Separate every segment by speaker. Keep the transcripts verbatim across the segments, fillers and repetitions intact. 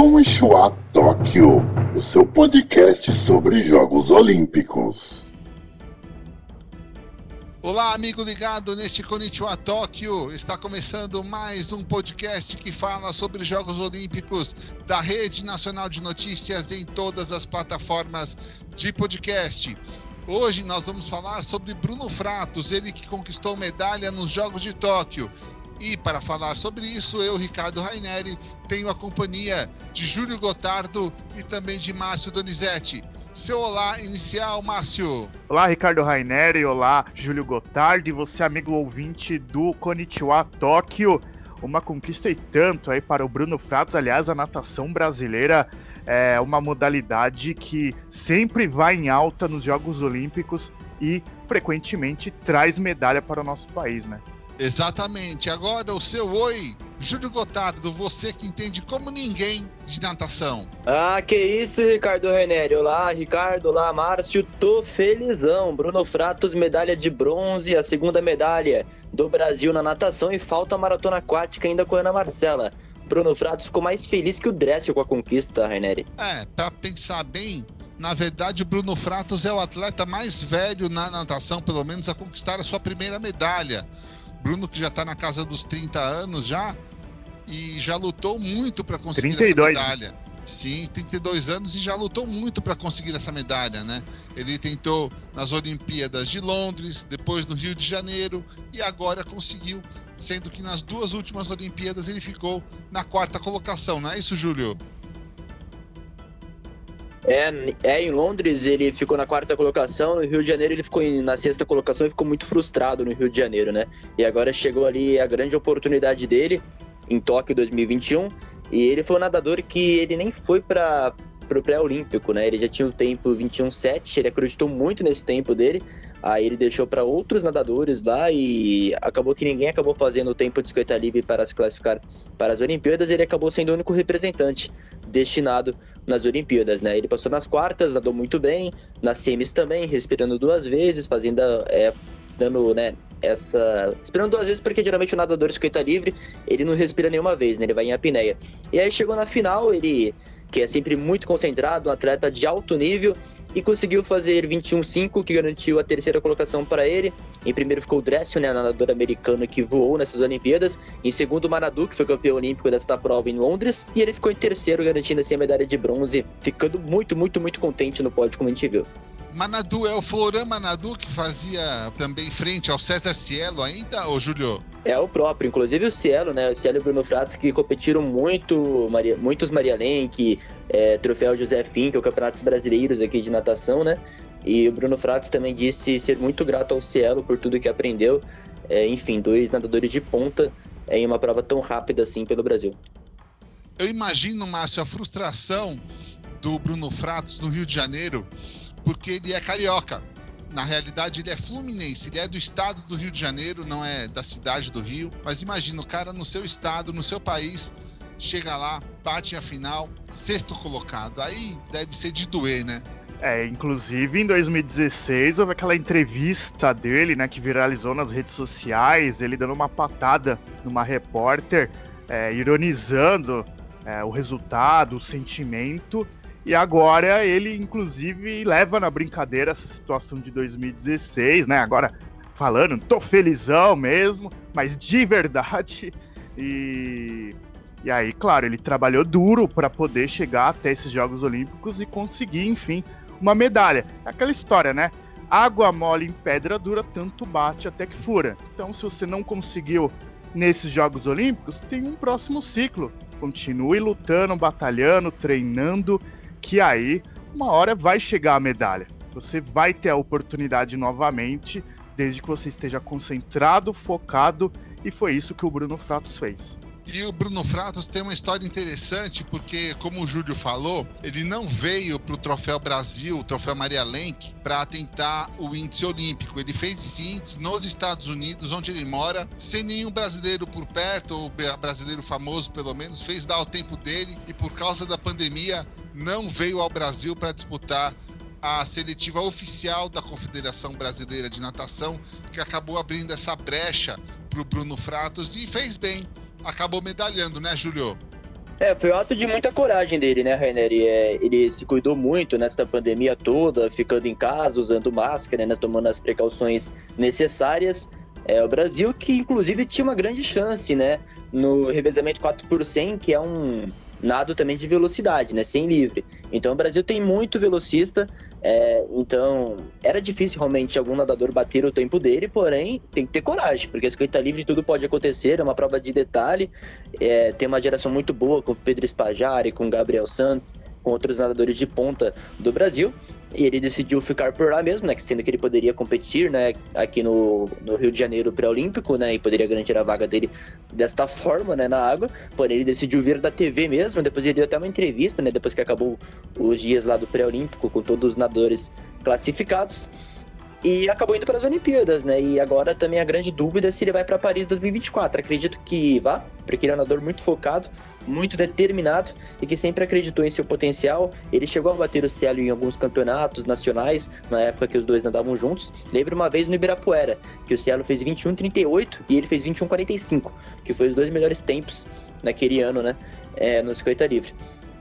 Speaker 1: Konnichiwa Tóquio, o seu podcast sobre Jogos Olímpicos.
Speaker 2: Olá, amigo ligado neste Konnichiwa Tóquio. Está começando mais um podcast que fala sobre Jogos Olímpicos da Rede Nacional de Notícias em todas as plataformas de podcast. Hoje nós vamos falar sobre Bruno Fratos, ele que conquistou medalha nos Jogos de Tóquio. E para falar sobre isso, eu, Ricardo Raineri, tenho a companhia de Júlio Gotardo e também de Márcio Donizete. Seu olá inicial, Márcio.
Speaker 3: Olá, Ricardo Raineri, olá, Júlio Gotardo e você, amigo ouvinte do Konnichiwa Tóquio. Uma conquista e tanto aí para o Bruno Fratos. Aliás, a natação brasileira é uma modalidade que sempre vai em alta nos Jogos Olímpicos e frequentemente traz medalha para o nosso país, né?
Speaker 2: Exatamente. Agora o seu oi, Júlio Gotardo, você que entende como ninguém de natação.
Speaker 4: Ah, que isso, Ricardo Raineri. Olá, Ricardo. Olá, Márcio. Tô felizão. Bruno Fratos, medalha de bronze, a segunda medalha do Brasil na natação e falta a maratona aquática ainda com a Ana Marcela. Bruno Fratos ficou mais feliz que o Dressel com a conquista, Raineri.
Speaker 2: É, pra pensar bem, na verdade o Bruno Fratos é o atleta mais velho na natação, pelo menos a conquistar a sua primeira medalha. Bruno que já está na casa dos trinta anos já e já lutou muito para conseguir
Speaker 3: trinta e dois.
Speaker 2: Essa medalha. Sim, trinta e dois anos e já lutou muito para conseguir essa medalha, né? Ele tentou nas Olimpíadas de Londres, depois no Rio de Janeiro e agora conseguiu, sendo que nas duas últimas Olimpíadas ele ficou na quarta colocação, não é isso, Júlio?
Speaker 4: É, é, em Londres ele ficou na quarta colocação, no Rio de Janeiro ele ficou na sexta colocação e ficou muito frustrado no Rio de Janeiro, né? E agora chegou ali a grande oportunidade dele em Tóquio dois mil e vinte e um e ele foi um nadador que ele nem foi para o pré-olímpico, né? Ele já tinha o tempo vinte e um sete, ele acreditou muito nesse tempo dele, aí ele deixou para outros nadadores lá e acabou que ninguém acabou fazendo o tempo de cinquenta livre para se classificar para as Olimpíadas, ele acabou sendo o único representante destinado nas Olimpíadas, né? Ele passou nas quartas, nadou muito bem, nas semis também, respirando duas vezes, fazendo, é, dando, né, essa... Respirando duas vezes porque geralmente o nadador de cinquenta livre, ele não respira nenhuma vez, né? Ele vai em apneia. E aí chegou na final, ele, que é sempre muito concentrado, um atleta de alto nível, e conseguiu fazer vinte e um cinco, que garantiu a terceira colocação para ele. Em primeiro ficou o Dressel, né, nadador americano que voou nessas Olimpíadas. Em segundo, o Manadu, que foi campeão olímpico desta prova em Londres. E ele ficou em terceiro, garantindo assim a medalha de bronze, ficando muito, muito, muito contente no pódio, como a gente viu.
Speaker 2: Manadu é o Florent Manadu que fazia também frente ao César Cielo ainda, ô Júlio?
Speaker 4: É o próprio, inclusive o Cielo, né? O Cielo e o Bruno Fratos que competiram muito, Maria, muitos Maria Lenk, é, Troféu José Finkel, campeonatos brasileiros aqui de natação, né? E o Bruno Fratos também disse ser muito grato ao Cielo por tudo que aprendeu. É, enfim, dois nadadores de ponta é, em uma prova tão rápida assim pelo Brasil.
Speaker 2: Eu imagino, Márcio, a frustração do Bruno Fratos no Rio de Janeiro, porque ele é carioca. Na realidade, ele é fluminense, ele é do estado do Rio de Janeiro, não é da cidade do Rio. Mas imagina, o cara no seu estado, no seu país, chega lá, bate a final, sexto colocado. Aí deve ser de doer, né?
Speaker 3: É, inclusive em dois mil e dezesseis houve aquela entrevista dele, né, que viralizou nas redes sociais, ele dando uma patada numa repórter, é, ironizando é, o resultado, o sentimento. E agora ele, inclusive, leva na brincadeira essa situação de dois mil e dezesseis, né? Agora falando, tô felizão mesmo, mas de verdade. E, e aí, claro, ele trabalhou duro para poder chegar até esses Jogos Olímpicos e conseguir, enfim, uma medalha. É aquela história, né? Água mole em pedra dura, tanto bate até que fura. Então, se você não conseguiu nesses Jogos Olímpicos, tem um próximo ciclo. Continue lutando, batalhando, treinando, que aí uma hora vai chegar a medalha. Você vai ter a oportunidade novamente, desde que você esteja concentrado, focado, e foi isso que o Bruno Fratos fez.
Speaker 2: E o Bruno Fratos tem uma história interessante, porque, como o Júlio falou, ele não veio para o Troféu Brasil, o Troféu Maria Lenk, para tentar o índice olímpico. Ele fez esse índice nos Estados Unidos, onde ele mora, sem nenhum brasileiro por perto, ou brasileiro famoso pelo menos, fez dar o tempo dele, e por causa da pandemia, não veio ao Brasil para disputar a seletiva oficial da Confederação Brasileira de Natação, que acabou abrindo essa brecha para o Bruno Fratos, e fez bem. Acabou medalhando, né, Júlio?
Speaker 4: É, foi um ato de muita coragem dele, né, Rainer? É, ele se cuidou muito nesta pandemia toda, ficando em casa, usando máscara, né, tomando as precauções necessárias. É, o Brasil, que inclusive tinha uma grande chance, né, no revezamento quatro por cem, que é um nado também de velocidade, né, cem livre. Então o Brasil tem muito velocista, é, então era difícil realmente algum nadador bater o tempo dele, porém tem que ter coragem, porque cinquenta livre tudo pode acontecer, é uma prova de detalhe, é, tem uma geração muito boa com o Pedro Spajari, com o Gabriel Santos, com outros nadadores de ponta do Brasil, e ele decidiu ficar por lá mesmo, né, sendo que ele poderia competir, né, aqui no, no Rio de Janeiro pré-olímpico, né, e poderia garantir a vaga dele desta forma, né, na água, porém ele decidiu vir da T V mesmo, depois ele deu até uma entrevista, né, depois que acabou os dias lá do pré-olímpico com todos os nadadores classificados, e acabou indo para as Olimpíadas, né, e agora também a grande dúvida é se ele vai para Paris dois mil e vinte e quatro, acredito que vá, porque ele é um nadador muito focado, muito determinado e que sempre acreditou em seu potencial. Ele chegou a bater o Cielo em alguns campeonatos nacionais, na época que os dois nadavam juntos. Lembro uma vez no Ibirapuera, que o Cielo fez vinte e um trinta e oito e ele fez vinte e um quarenta e cinco, que foi os dois melhores tempos naquele ano, né, é, no cinquenta livre.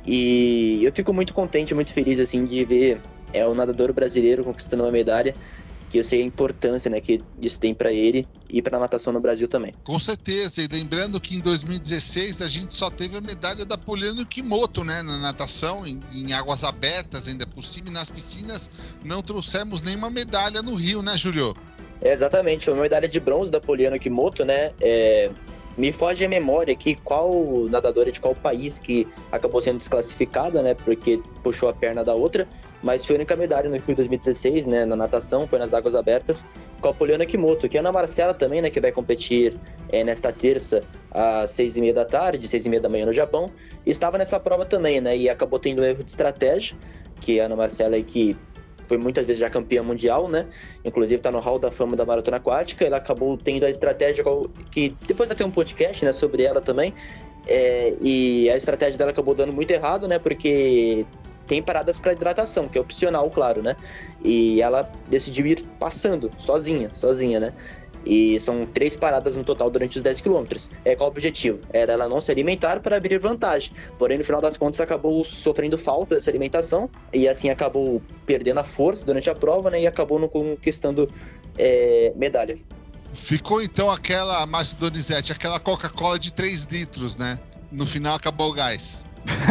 Speaker 4: E eu fico muito contente, muito feliz, assim, de ver é, o nadador brasileiro conquistando uma medalha, que eu sei a importância, né, que isso tem para ele e para a natação no Brasil também.
Speaker 2: Com certeza, e lembrando que em dois mil e dezesseis a gente só teve a medalha da Poliana Kimoto, né, na natação, em, em águas abertas ainda por cima, e nas piscinas não trouxemos nenhuma medalha no Rio, né, Júlio?
Speaker 4: É, exatamente, foi uma medalha de bronze da Poliana Kimoto, né, é... Me foge a memória aqui qual nadadora de qual país que acabou sendo desclassificada, né? Porque puxou a perna da outra. Mas foi a única medalha no Rio dois mil e dezesseis, né? Na natação, foi nas águas abertas, com a Poliana Kimoto, que é a Ana Marcela também, né? Que vai competir é, nesta terça às seis e meia da tarde, seis e meia da manhã no Japão. E estava nessa prova também, né? E acabou tendo um erro de estratégia, que a Ana Marcela aí que foi muitas vezes já campeã mundial, né? Inclusive está no hall da fama da maratona aquática. Ela acabou tendo a estratégia que depois vai ter um podcast, né, sobre ela também. É, e a estratégia dela acabou dando muito errado, né? Porque tem paradas para hidratação, que é opcional, claro, né? E ela decidiu ir passando, sozinha, sozinha, né? E são três paradas no total durante os dez quilômetros. É, qual o objetivo? Era ela não se alimentar para abrir vantagem. Porém, no final das contas, acabou sofrendo falta dessa alimentação e assim acabou perdendo a força durante a prova, né? E acabou não conquistando é, medalha.
Speaker 2: Ficou então aquela, Márcio Donizete, aquela Coca-Cola de três litros, né? No final acabou o gás.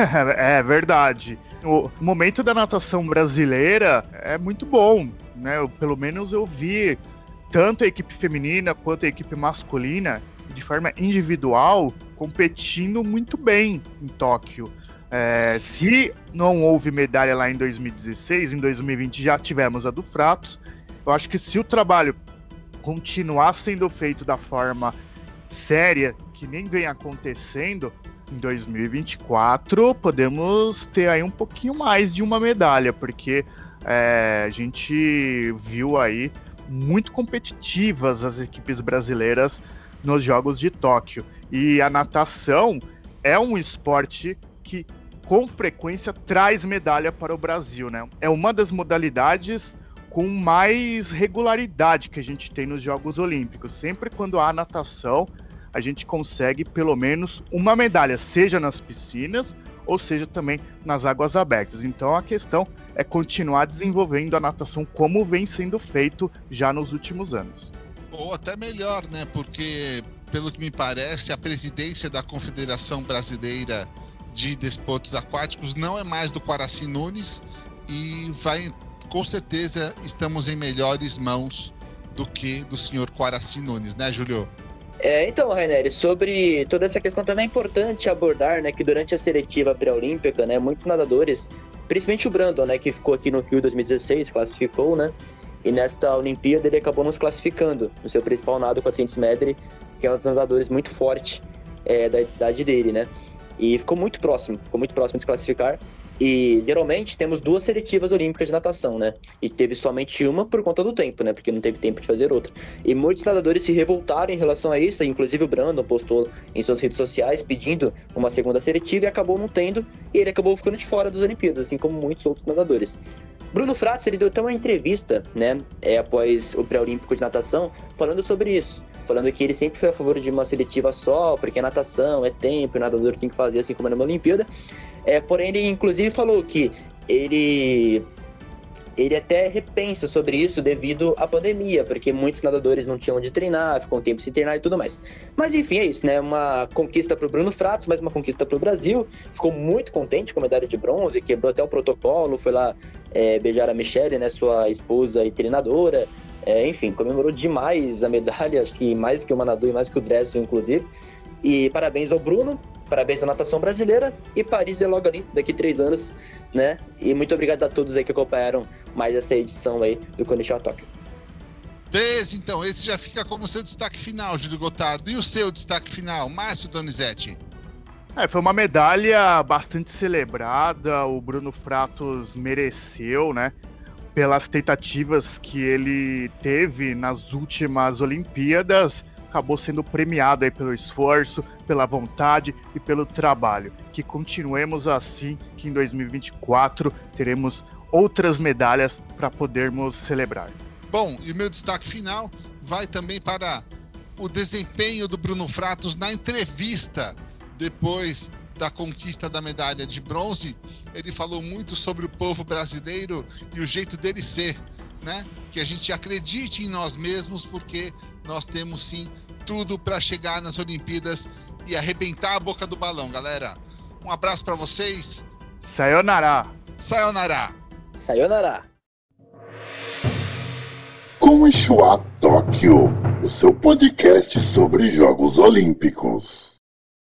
Speaker 3: É verdade. O momento da natação brasileira é muito bom, né? Eu, pelo menos eu vi tanto a equipe feminina quanto a equipe masculina, de forma individual, competindo muito bem em Tóquio. É, se não houve medalha lá em dois mil e dezesseis, em dois mil e vinte já tivemos a do Fratos. Eu acho que se o trabalho continuar sendo feito da forma séria, que nem vem acontecendo, em dois mil e vinte e quatro podemos ter aí um pouquinho mais de uma medalha, porque é, a gente viu aí muito competitivas as equipes brasileiras nos Jogos de Tóquio. E a natação é um esporte que, com frequência, traz medalha para o Brasil, né? É uma das modalidades com mais regularidade que a gente tem nos Jogos Olímpicos. Sempre quando há natação, a gente consegue pelo menos uma medalha, seja nas piscinas ou seja também nas águas abertas. Então a questão é continuar desenvolvendo a natação como vem sendo feito já nos últimos anos.
Speaker 2: Ou até melhor, né? Porque, pelo que me parece, a presidência da Confederação Brasileira de Desportos Aquáticos não é mais do Quaraci Nunes e vai, com certeza, estamos em melhores mãos do que do senhor Quaraci Nunes, né, Júlio?
Speaker 4: É, então, Rainer, sobre toda essa questão também é importante abordar, né, que durante a seletiva pré-olímpica, né, muitos nadadores, principalmente o Brandon, né, que ficou aqui no Rio dois mil e dezesseis, classificou, né, e nesta Olimpíada ele acabou nos classificando no seu principal nado, quatrocentos medley, que é um dos nadadores muito forte é, da idade dele, né, e ficou muito próximo, ficou muito próximo de se classificar. E geralmente temos duas seletivas olímpicas de natação, né? E teve somente uma por conta do tempo, né? Porque não teve tempo de fazer outra. E muitos nadadores se revoltaram em relação a isso, inclusive o Brandon postou em suas redes sociais pedindo uma segunda seletiva e acabou não tendo, e ele acabou ficando de fora das Olimpíadas, assim como muitos outros nadadores. Bruno Fratos, ele deu até uma entrevista, né? É, após o pré-olímpico de natação, falando sobre isso. falando que ele sempre foi a favor de uma seletiva só, porque natação é tempo, o nadador tem que fazer assim como é numa Olimpíada. É, porém, ele inclusive falou que ele, ele até repensa sobre isso devido à pandemia, porque muitos nadadores não tinham onde treinar, ficou um tempo sem treinar e tudo mais. Mas enfim, é isso, né? Uma conquista para o Bruno Fratos, mais uma conquista para o Brasil. Ficou muito contente com a medalha de bronze, quebrou até o protocolo, foi lá é, beijar a Michele, né, sua esposa e treinadora. É, enfim, comemorou demais a medalha, acho que mais que o Manadu e mais que o Dressel, inclusive. E parabéns ao Bruno, parabéns à natação brasileira, e Paris é logo ali, daqui três anos, né? E muito obrigado a todos aí que acompanharam mais essa edição aí do Konnichiwa Tóquio.
Speaker 2: Beleza, então, esse já fica como seu destaque final, Júlio Gotardo. E o seu destaque final, Márcio Donizete?
Speaker 3: É, foi uma medalha bastante celebrada, o Bruno Fratos mereceu, né? Pelas tentativas que ele teve nas últimas Olimpíadas, acabou sendo premiado aí pelo esforço, pela vontade e pelo trabalho. Que continuemos assim, que em dois mil e vinte e quatro teremos outras medalhas para podermos celebrar.
Speaker 2: Bom, e o meu destaque final vai também para o desempenho do Bruno Fratos na entrevista depois da conquista da medalha de bronze. Ele falou muito sobre o povo brasileiro e o jeito dele ser, né? Que a gente acredite em nós mesmos, porque nós temos sim tudo para chegar nas Olimpíadas e arrebentar a boca do balão, galera. Um abraço para vocês.
Speaker 3: Sayonara.
Speaker 2: Sayonara.
Speaker 4: Sayonara.
Speaker 1: Konnichiwa Tóquio, o seu podcast sobre Jogos Olímpicos.